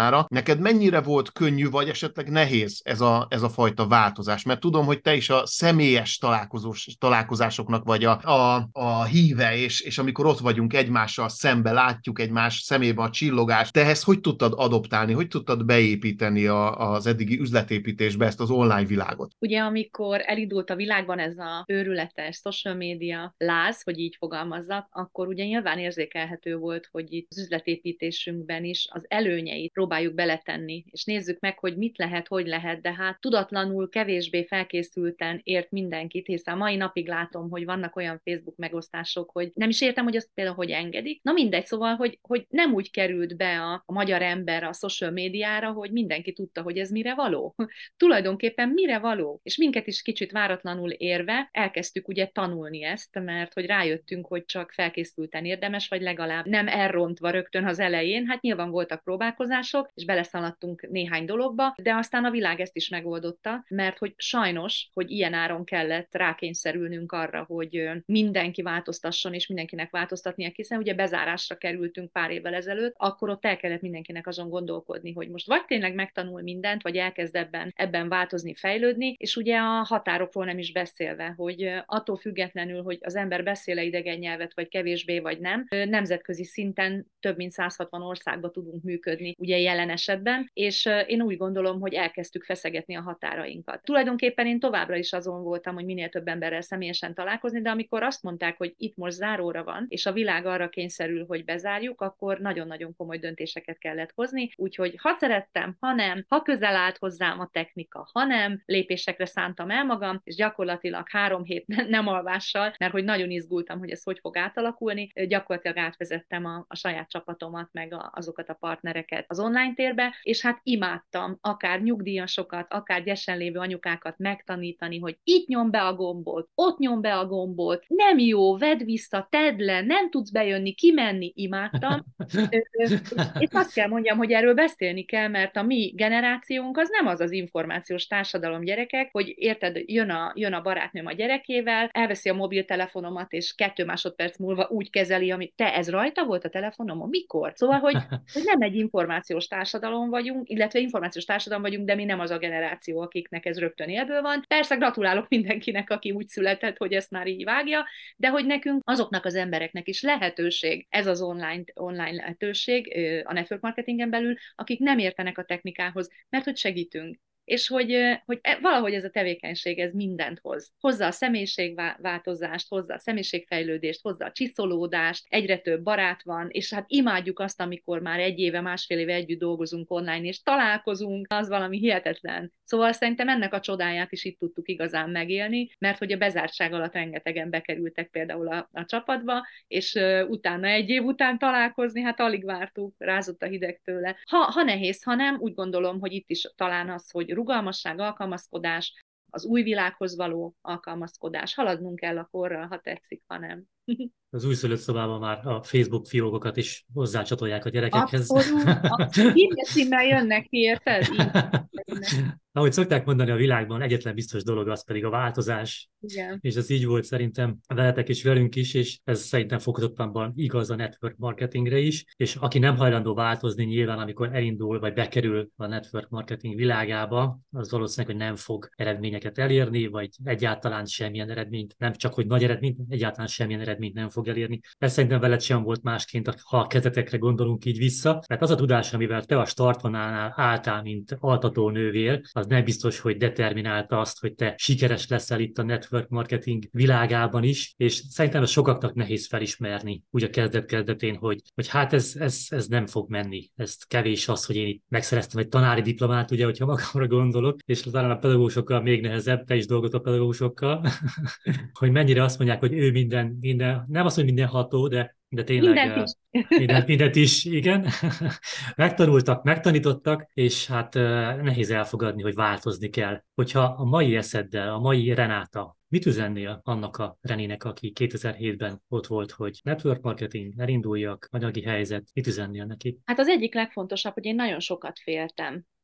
Speaker 2: számára. Neked mennyire volt könnyű, vagy esetleg nehéz ez a, ez a fajta változás? Mert tudom, hogy te is a személyes találkozós, találkozásoknak vagy a, a, a híve, és, és amikor ott vagyunk egymással szembe, látjuk egymás szemébe a csillogást. Te ezt hogy tudtad adoptálni, hogy tudtad beépíteni a, az eddigi üzletépítésbe ezt az online világot?
Speaker 4: Ugye, amikor elindult a világban ez a őrületes social media láz, hogy így fogalmazzak, akkor ugye nyilván érzékelhető volt, hogy itt az üzletépítésünkben is az előnyeit próbáljuk beletenni, és nézzük meg, hogy mit lehet, hogy lehet, de hát tudatlanul kevésbé felkészülten ért mindenkit, hiszen mai napig látom, hogy vannak olyan Facebook megosztások, hogy nem is értem, hogy azt például hogy engedik. Na mindegy, szóval, hogy, hogy nem úgy került be a, a magyar ember a social médiára, hogy mindenki tudta, hogy ez mire való. Tulajdonképpen mire való. És minket is kicsit váratlanul érve elkezdtük ugye tanulni ezt, mert hogy rájöttünk, hogy csak felkészülten érdemes, vagy legalább nem elrontva rögtön az elején. Hát nyilván voltak próbálkozások, és beleszaladtunk néhány dologba, de aztán a világ ezt is megoldotta, mert hogy sajnos, hogy ilyen áron kellett rákényszerülnünk arra, hogy mindenki változtasson, és mindenkinek változtatnia, hiszen ugye bezárásra kerültünk pár évvel ezelőtt, akkor ott el kellett mindenkinek azon gondolkodni, hogy most vagy tényleg megtanul mindent, vagy elkezd ebben, ebben változni, fejlődni, és ugye a határokról nem is beszélve, hogy attól függetlenül, hogy az ember beszél-e idegen nyelvet, vagy kevésbé, vagy nem, nemzetközi szinten több mint száz hatvan országban tudunk működni, ugye jelen esetben, és én úgy gondolom, hogy elkezdtük feszegetni a határainkat. Tulajdonképpen én továbbra is azon voltam, hogy minél több emberrel személyesen találkozni, de amikor azt mondták, hogy itt most záróra van, és a világ arra kényszerül, hogy bezárjuk, akkor nagyon-nagyon komoly döntéseket kellett hozni, úgyhogy ha szerettem, ha nem, ha közel állt hozzám a technika, ha nem, lépésekre szántam el magam, és gyakorlatilag három hét nem alvással, mert hogy nagyon izgultam, hogy ez hogy fog átalakulni, gyakorlatilag átvezettem a, a saját csapatomat, meg a, azokat a partnereket az online térbe, és hát imádtam akár nyugdíjasokat, akár gyesen lévő anyukákat megtanítani, hogy itt nyom be a gombot, ott nyom be a gombot, nem jó, vedd vissza, tedd le, nem tudsz bejönni, kimenni, imádtam. És azt kell mondjam, hogy erről beszélni kell, mert a mi generációnk az nem az az információs társadalom gyerekek, hogy érted, jön a, jön a barátnőm a gyerekével, elveszi a mobiltelefonomat, és kettő másodperc múlva úgy kezeli, amit te, ez rajta volt a telefonomon? Mikor? Szóval, hogy, hogy nem egy információs társadalom vagyunk, illetve információs társadalom vagyunk, de mi nem az a generáció, akiknek ez rögtön élből van. Persze gratulálok mindenkinek, aki úgy született, hogy ezt már így vágja, de hogy nekünk azoknak az embereknek is lehetőség, ez az online, online lehetőség a network marketingen belül, akik nem értenek a technikához, mert hogy segítünk. És hogy, hogy valahogy ez a tevékenység ez mindent hoz. Hozza a személyiségváltozást, hozza a személyiségfejlődést, hozza a csiszolódást, egyre több barát van, és hát imádjuk azt, amikor már egy éve, másfél éve együtt dolgozunk online, és találkozunk, az valami hihetetlen. Szóval szerintem ennek a csodáját is itt tudtuk igazán megélni, mert hogy a bezártság alatt rengetegen bekerültek például a, a csapatba, és uh, utána egy év után találkozni, hát alig vártuk, rázott a hideg tőle. Ha, ha nehéz, ha nem, úgy gondolom, hogy itt is talán az, hogy rugalmasság, alkalmazkodás, az új világhoz való alkalmazkodás. Haladnunk kell a korral, ha tetszik, ha nem.
Speaker 3: Az újszülött szobában már a Facebook fiókokat is hozzácsatolják a gyerekekhez.
Speaker 4: Abszolút, abszolút. Hírja címmel jönnek ki, érted?
Speaker 3: Ahogy szokták mondani, a világban egyetlen biztos dolog, az pedig a változás.
Speaker 4: Igen.
Speaker 3: És ez így volt szerintem veletek és velünk is, és ez szerintem fokozottabban igaz a network marketingre is, és aki nem hajlandó változni nyilván, amikor elindul vagy bekerül a network marketing világába, az valószínűleg, hogy nem fog eredményeket elérni, vagy egyáltalán semmilyen eredményt, nem csak, hogy nagy eredményt, egyáltalán semmilyen eredményt nem fog elérni. Ez szerintem veled sem volt másként, ha a kezdetekre gondolunk így vissza, mert az a tudás, amivel te a startvonalnál álltál, mint altató nővér, az nem biztos, hogy determinálta azt, hogy te sikeres leszel itt a network marketing világában is, és szerintem ez sokaknak nehéz felismerni, úgy a kezdet-kezdetén, hogy, hogy hát ez, ez, ez nem fog menni. Ez kevés az, hogy én itt megszereztem egy tanári diplomát, ugye, hogyha magamra gondolok, és talán a pedagógusokkal még nehezebb, te is dolgozol a pedagógusokkal, hogy mennyire azt mondják, hogy ő minden, minden nem azt, hogy mindenható, de de tényleg
Speaker 4: mindent is.
Speaker 3: Mindent, mindent is, igen. Megtanultak, megtanítottak, és hát nehéz elfogadni, hogy változni kell. Hogyha a mai eszeddel, a mai Renáta, mit üzennél annak a Renének, aki kétezer-hétben ott volt, hogy network marketing, elinduljak, anyagi helyzet, mit üzennél neki?
Speaker 4: Hát az egyik legfontosabb, hogy én nagyon sokat féltem.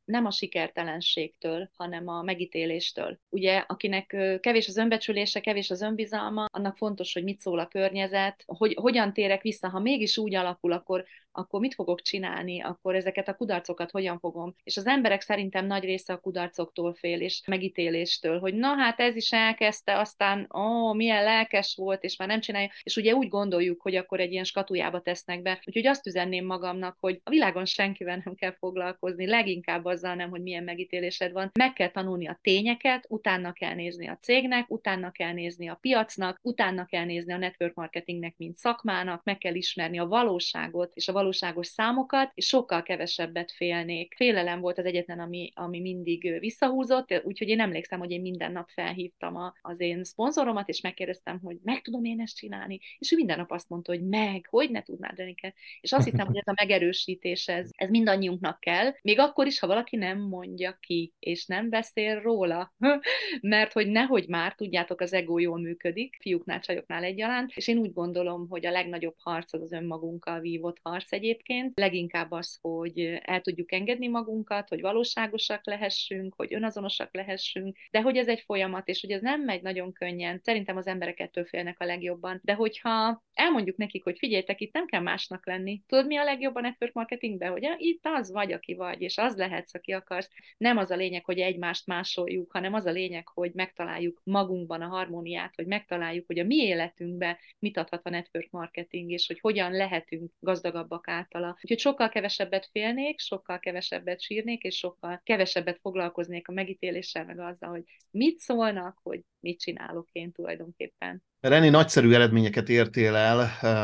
Speaker 4: nem a sikertelenségtől, hanem a megítéléstől. Ugye, akinek kevés az önbecsülése, kevés az önbizalma, annak fontos, hogy mit szól a környezet, hogy hogyan térek vissza, ha mégis úgy alakul, akkor, akkor mit fogok csinálni, akkor ezeket a kudarcokat hogyan fogom. És az emberek szerintem nagy része a kudarcoktól fél, és megítéléstől, hogy na hát ez is elkezdte, aztán ó, milyen lelkes volt, és már nem csinálja. És ugye úgy gondoljuk, hogy akkor egy ilyen skatujába tesznek be. Úgyhogy azt üzenném magamnak, hogy a világon senkivel nem kell foglalkozni, leginkább azzal nem, hogy milyen megítélésed van. Meg kell tanulni a tényeket, utána kell nézni a cégnek, utána kell nézni a piacnak, utána kell nézni a network marketingnek, mint szakmának, meg kell ismerni a valóságot és a valóságos számokat, és sokkal kevesebbet félnék. Félelem volt az egyetlen, ami, ami mindig visszahúzott, úgyhogy én emlékszem, hogy én minden nap felhívtam a, az én szponzoromat, és megkérdeztem, hogy meg tudom én ezt csinálni, és ő minden nap azt mondta, hogy meg, hogy ne tudnád, Renike. És azt hiszem, hogy ez a megerősítés, ez, ez mindannyiunknak kell, még akkor is, ha valaki nem mondja ki, és nem beszél róla, mert hogy nehogy már, tudjátok, az ego jól működik, fiúknál, csajoknál egyaránt, és én úgy gondolom, hogy a legnagyobb harc az az önmagunkkal vívott harc egyébként, leginkább az, hogy el tudjuk engedni magunkat, hogy valóságosak lehessünk, hogy önazonosak lehessünk, de hogy ez egy folyamat, és hogy ez nem megy nagyon könnyen, szerintem az emberek ettől félnek a legjobban, de hogyha elmondjuk nekik, hogy figyeljetek, itt nem kell másnak lenni. Tudod, mi a legjobb a network marketingben? Hogy itt az vagy, aki vagy, és az lehetsz, aki akarsz. Nem az a lényeg, hogy egymást másoljuk, hanem az a lényeg, hogy megtaláljuk magunkban a harmóniát, hogy megtaláljuk, hogy a mi életünkben mit adhat a network marketing, és hogy hogyan lehetünk gazdagabbak általa. Úgyhogy sokkal kevesebbet félnék, sokkal kevesebbet sírnék, és sokkal kevesebbet foglalkoznék a megítéléssel, meg azzal, hogy mit szólnak, hogy mit csinálok én tulajdonképpen.
Speaker 2: Reni, nagyszerű eredményeket értél el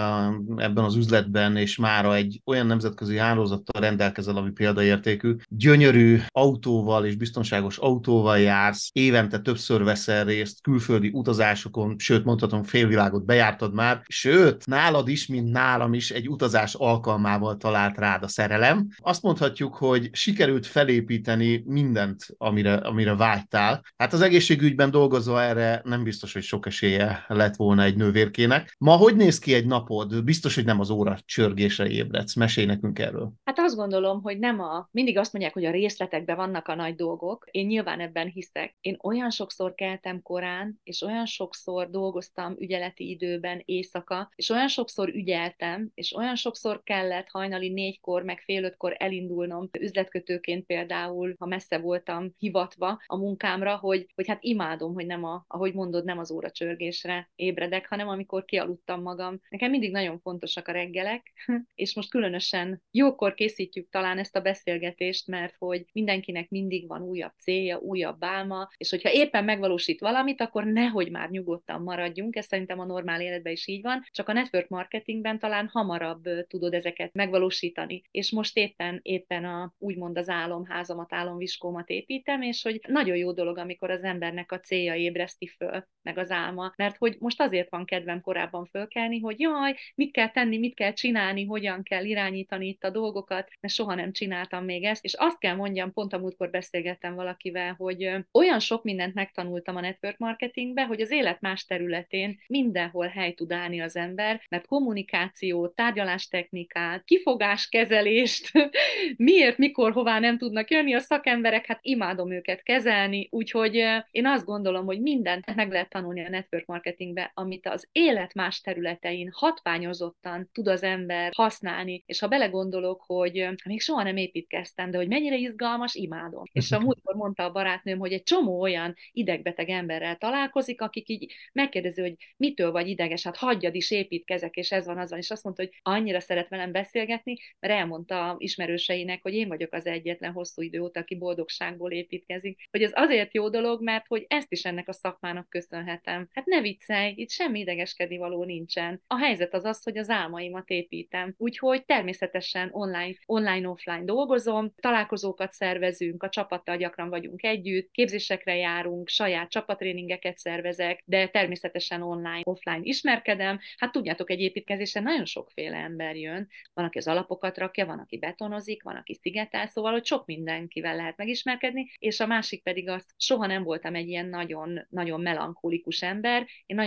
Speaker 2: ebben az üzletben, és mára egy olyan nemzetközi hálózattal rendelkezel, ami példaértékű. Gyönyörű autóval és biztonságos autóval jársz, évente többször veszel részt külföldi utazásokon, sőt mondhatom, félvilágot bejártad már, sőt, nálad is, mint nálam is egy utazás alkalmával talált rád a szerelem. Azt mondhatjuk, hogy sikerült felépíteni mindent, amire, amire vágytál. Hát az egészségügyben dolgozva erre nem biztos, hogy sok esélye lett volna egy nővérkének. Ma hogy néz ki egy napod? Biztos, hogy nem az óra csörgésre ébredsz. Mesélj nekünk erről.
Speaker 4: Hát azt gondolom, hogy nem a... Mindig azt mondják, hogy a részletekben vannak a nagy dolgok. Én nyilván ebben hiszek. Én olyan sokszor keltem korán, és olyan sokszor dolgoztam ügyeleti időben éjszaka, és olyan sokszor ügyeltem, és olyan sokszor kellett hajnali négykor, meg fél ötkor elindulnom üzletkötőként például, ha messze voltam hivatva a munkámra, hogy, hogy hát imádom, hogy nem a, ahogy mondod, nem az óra csörgésre ébredek, hanem amikor kialudtam magam. Nekem mindig nagyon fontosak a reggelek, és most különösen jókor készítjük talán ezt a beszélgetést, mert hogy mindenkinek mindig van újabb célja, újabb álma, és hogyha éppen megvalósít valamit, akkor nehogy már nyugodtan maradjunk, ez szerintem a normál életben is így van, csak a network marketingben talán hamarabb tudod ezeket megvalósítani. És most éppen, éppen a, úgymond az álomházamat, álomviskómat építem, és hogy nagyon jó dolog, amikor az embernek a célja ébreszti föl, meg az álma, mert hogy most azért van kedvem korábban fölkelni, hogy jaj, mit kell tenni, mit kell csinálni, hogyan kell irányítani itt a dolgokat, mert soha nem csináltam még ezt, és azt kell mondjam, pont a múltkor beszélgettem valakivel, hogy olyan sok mindent megtanultam a network marketingbe, hogy az élet más területén mindenhol hely tud állni az ember, mert kommunikáció, tárgyalástechnikát, kifogáskezelést, miért, mikor, hová nem tudnak jönni a szakemberek, hát imádom őket kezelni, úgyhogy én azt gondolom, hogy mindent meg lehet tanulni a network marketingbe, amit az élet más területein hatványozottan tud az ember használni, és ha belegondolok, hogy még soha nem építkeztem, de hogy mennyire izgalmas, imádom. És a múltkor mondta a barátnőm, hogy egy csomó olyan idegbeteg emberrel találkozik, akik így megkérdezi, hogy mitől vagy ideges, hát hagyjad is, építkezek, és ez van, az van, és azt mondta, hogy annyira szeret velem beszélgetni, mert elmondta ismerőseinek, hogy én vagyok az egyetlen hosszú idő óta, aki boldogságból építkezik. Hogy ez azért jó dolog, mert hogy ezt is ennek a szakmának köszönhetem. Hát ne viccelj, itt semmi idegeskedni való nincsen. A helyzet az az, hogy az álmaimat építem. Úgyhogy természetesen online, online-offline dolgozom, találkozókat szervezünk, a csapattal gyakran vagyunk együtt, képzésekre járunk, saját csapattréningeket szervezek, de természetesen online-offline ismerkedem. Hát tudjátok, egy építkezésen nagyon sokféle ember jön. Van, aki az alapokat rakja, van, aki betonozik, van, aki szigetel, szóval, hogy sok mindenkivel lehet megismerkedni, és a másik pedig az, soha nem voltam egy ilyen nagyon, nagyon melankolikus ember. Én nagyon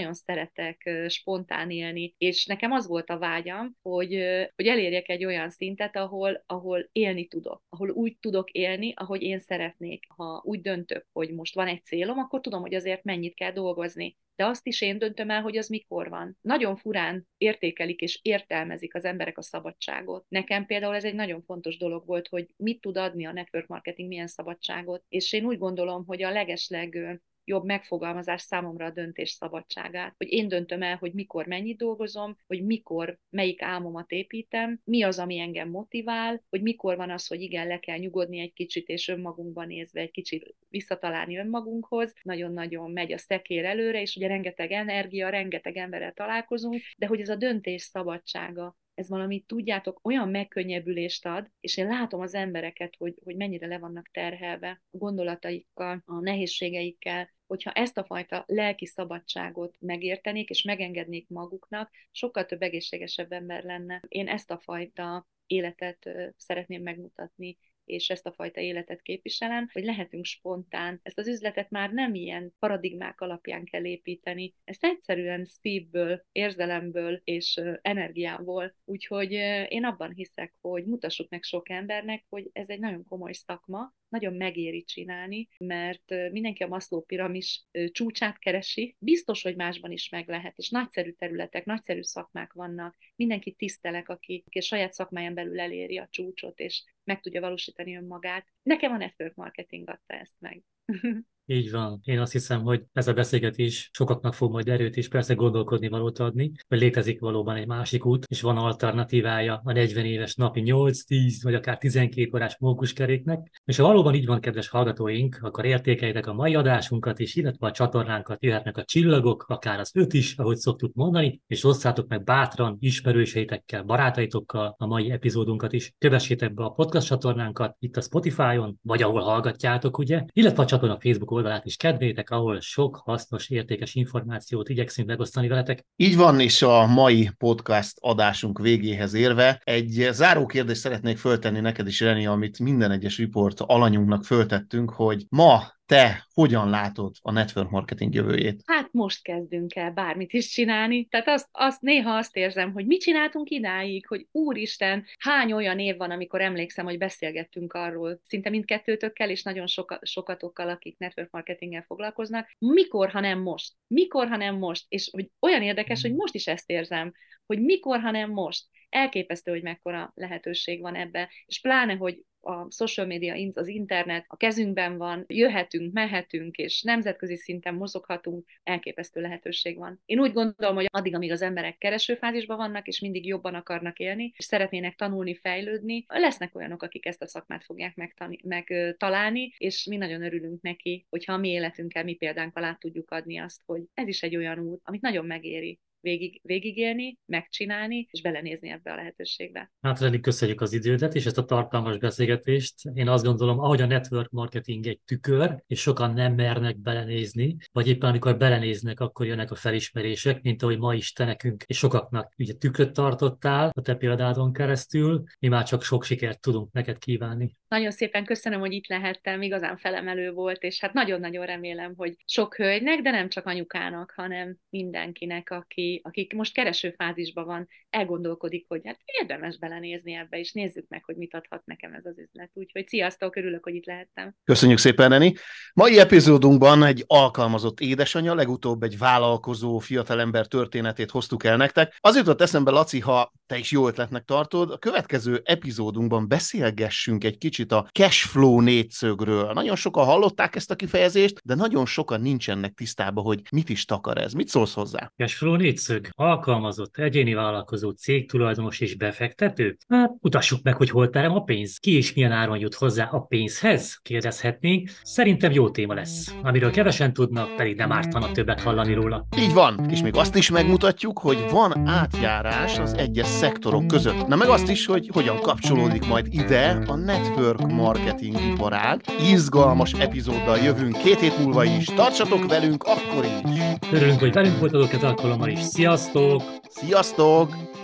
Speaker 4: nagyon szeretek spontán élni, és nekem az volt a vágyam, hogy, hogy elérjek egy olyan szintet, ahol, ahol élni tudok, ahol úgy tudok élni, ahogy én szeretnék. Ha úgy döntök, hogy most van egy célom, akkor tudom, hogy azért mennyit kell dolgozni. De azt is én döntöm el, hogy az mikor van. Nagyon furán értékelik és értelmezik az emberek a szabadságot. Nekem például ez egy nagyon fontos dolog volt, hogy mit tud adni a network marketing, milyen szabadságot. És én úgy gondolom, hogy a legesleg jobb megfogalmazás számomra a döntés szabadságát. Hogy én döntöm el, hogy mikor mennyit dolgozom, hogy mikor melyik álmomat építem, mi az, ami engem motivál, hogy mikor van az, hogy igen, le kell nyugodni egy kicsit, és önmagunkban nézve egy kicsit visszatalálni önmagunkhoz. Nagyon-nagyon megy a szekér előre, és ugye rengeteg energia, rengeteg emberrel találkozunk, de hogy ez a döntés szabadsága, ez valamit, tudjátok, olyan megkönnyebbülést ad, és én látom az embereket, hogy, hogy mennyire le vannak terhelve a gondolataikkal, a nehézségeikkel, hogyha ezt a fajta lelki szabadságot megértenék, és megengednék maguknak, sokkal több egészségesebb ember lenne. Én ezt a fajta életet szeretném megmutatni, és ezt a fajta életet képviselem, hogy lehetünk spontán. Ezt az üzletet már nem ilyen paradigmák alapján kell építeni, ezt egyszerűen szívből, érzelemből és energiából. Úgyhogy én abban hiszek, hogy mutassuk meg sok embernek, hogy ez egy nagyon komoly szakma, nagyon megéri csinálni, mert mindenki a Maslow piramis csúcsát keresi, biztos, hogy másban is meg lehet, és nagyszerű területek, nagyszerű szakmák vannak, mindenkit tisztelek, aki, aki a saját szakmáján belül eléri a csúcsot, és meg tudja valósítani önmagát. Nekem a network marketing adta ezt meg.
Speaker 3: Így van. Én azt hiszem, hogy ez a beszélgetés sokaknak fog majd erőt és persze gondolkodni valót adni, hogy létezik valóban egy másik út, és van alternatívája a negyven éves napi nyolc, tíz vagy akár tizenkét órás mókuskeréknek. És ha valóban így van, kedves hallgatóink, akkor értékeljétek a mai adásunkat is, illetve a csatornánkat, jöhetnek a csillagok, akár az öt is, ahogy szoktuk mondani, és osszátok meg bátran ismerőseitekkel, barátaitokkal a mai epizódunkat is. Kövessétek be a podcast csatornánkat itt a Spotify-on, vagy ahol hallgatjátok, ugye, illetve a csatorna Facebook oldalát is kedvétek, ahol sok hasznos, értékes információt igyekszünk megosztani veletek.
Speaker 2: Így van, és a mai podcast adásunk végéhez érve egy záró kérdést szeretnék föltenni neked is, Reni, amit minden egyes riport alanyunknak föltettünk, hogy ma te hogyan látod a network marketing jövőjét?
Speaker 4: Hát most kezdünk el bármit is csinálni. Tehát azt, azt néha azt érzem, hogy mit csináltunk idáig, hogy úristen, hány olyan év van, amikor emlékszem, hogy beszélgettünk arról, szinte mindkettőtökkel, és nagyon soka, sokatokkal, akik network marketinggel foglalkoznak. Mikor, ha nem most? Mikor, ha nem most? És hogy olyan érdekes, hogy most is ezt érzem, hogy mikor, ha nem most. Elképesztő, hogy mekkora lehetőség van ebbe, és pláne, hogy a social media, az internet a kezünkben van, jöhetünk, mehetünk, és nemzetközi szinten mozoghatunk, elképesztő lehetőség van. Én úgy gondolom, hogy addig, amíg az emberek keresőfázisban vannak, és mindig jobban akarnak élni, és szeretnének tanulni, fejlődni, lesznek olyanok, akik ezt a szakmát fogják megtani- megtalálni, és mi nagyon örülünk neki, hogyha a mi életünkkel, mi példánkkal át tudjuk adni azt, hogy ez is egy olyan út, amit nagyon megéri végig, végigélni, megcsinálni, és belenézni ebbe a lehetőségbe.
Speaker 3: Hát Reni, köszönjük az idődet és ezt a tartalmas beszélgetést. Én azt gondolom, ahogy a network marketing egy tükör, és sokan nem mernek belenézni, vagy éppen amikor belenéznek, akkor jönnek a felismerések, mint ahogy ma is te nekünk, és sokaknak ugye tükröt tartottál a te példádon keresztül. Mi már csak sok sikert tudunk neked kívánni.
Speaker 4: Nagyon szépen köszönöm, hogy itt lehettem, igazán felemelő volt, és hát nagyon-nagyon remélem, hogy sok hölgynek, de nem csak anyukának, hanem mindenkinek, aki, akik most keresőfázisban van, elgondolkodik, hogy hát érdemes belenézni ebbe, és nézzük meg, hogy mit adhat nekem ez az üzlet. Úgyhogy sziasztok, örülök, hogy itt lehettem.
Speaker 2: Köszönjük szépen, Reni! Mai epizódunkban egy alkalmazott édesanyja, legutóbb egy vállalkozó fiatalember történetét hoztuk el nektek. Az jutott eszembe, Laci, ha te is jó ötletnek tartod, a következő epizódunkban beszélgessünk egy kicsit a cashflow négyszögről. Nagyon sokan hallották ezt a kifejezést, de nagyon sokan nincsenek tisztában, hogy mit is takar ez. Mit szólsz hozzá?
Speaker 3: Cashflow négyszög, alkalmazott, egyéni vállalkozó, cégtulajdonos és befektető? Hát mutassuk meg, hogy hol terem a pénz. Ki és milyen áron jut hozzá a pénzhez? Kérdezhetnénk. Szerintem jó téma lesz. Amiről kevesen tudnak, pedig nem ártana többet hallani róla.
Speaker 2: Így van, és még azt is megmutatjuk, hogy van átjárás az egyes szektorok között. Na meg azt is, hogy hogyan kapcsolódik majd ide a network marketing iparág. Izgalmas epizóddal jövünk két hét múlva is. Tartsatok velünk akkor is!
Speaker 3: Örülünk, hogy velünk voltatok ez alkalommal is. Sziasztok!
Speaker 2: Sziasztok!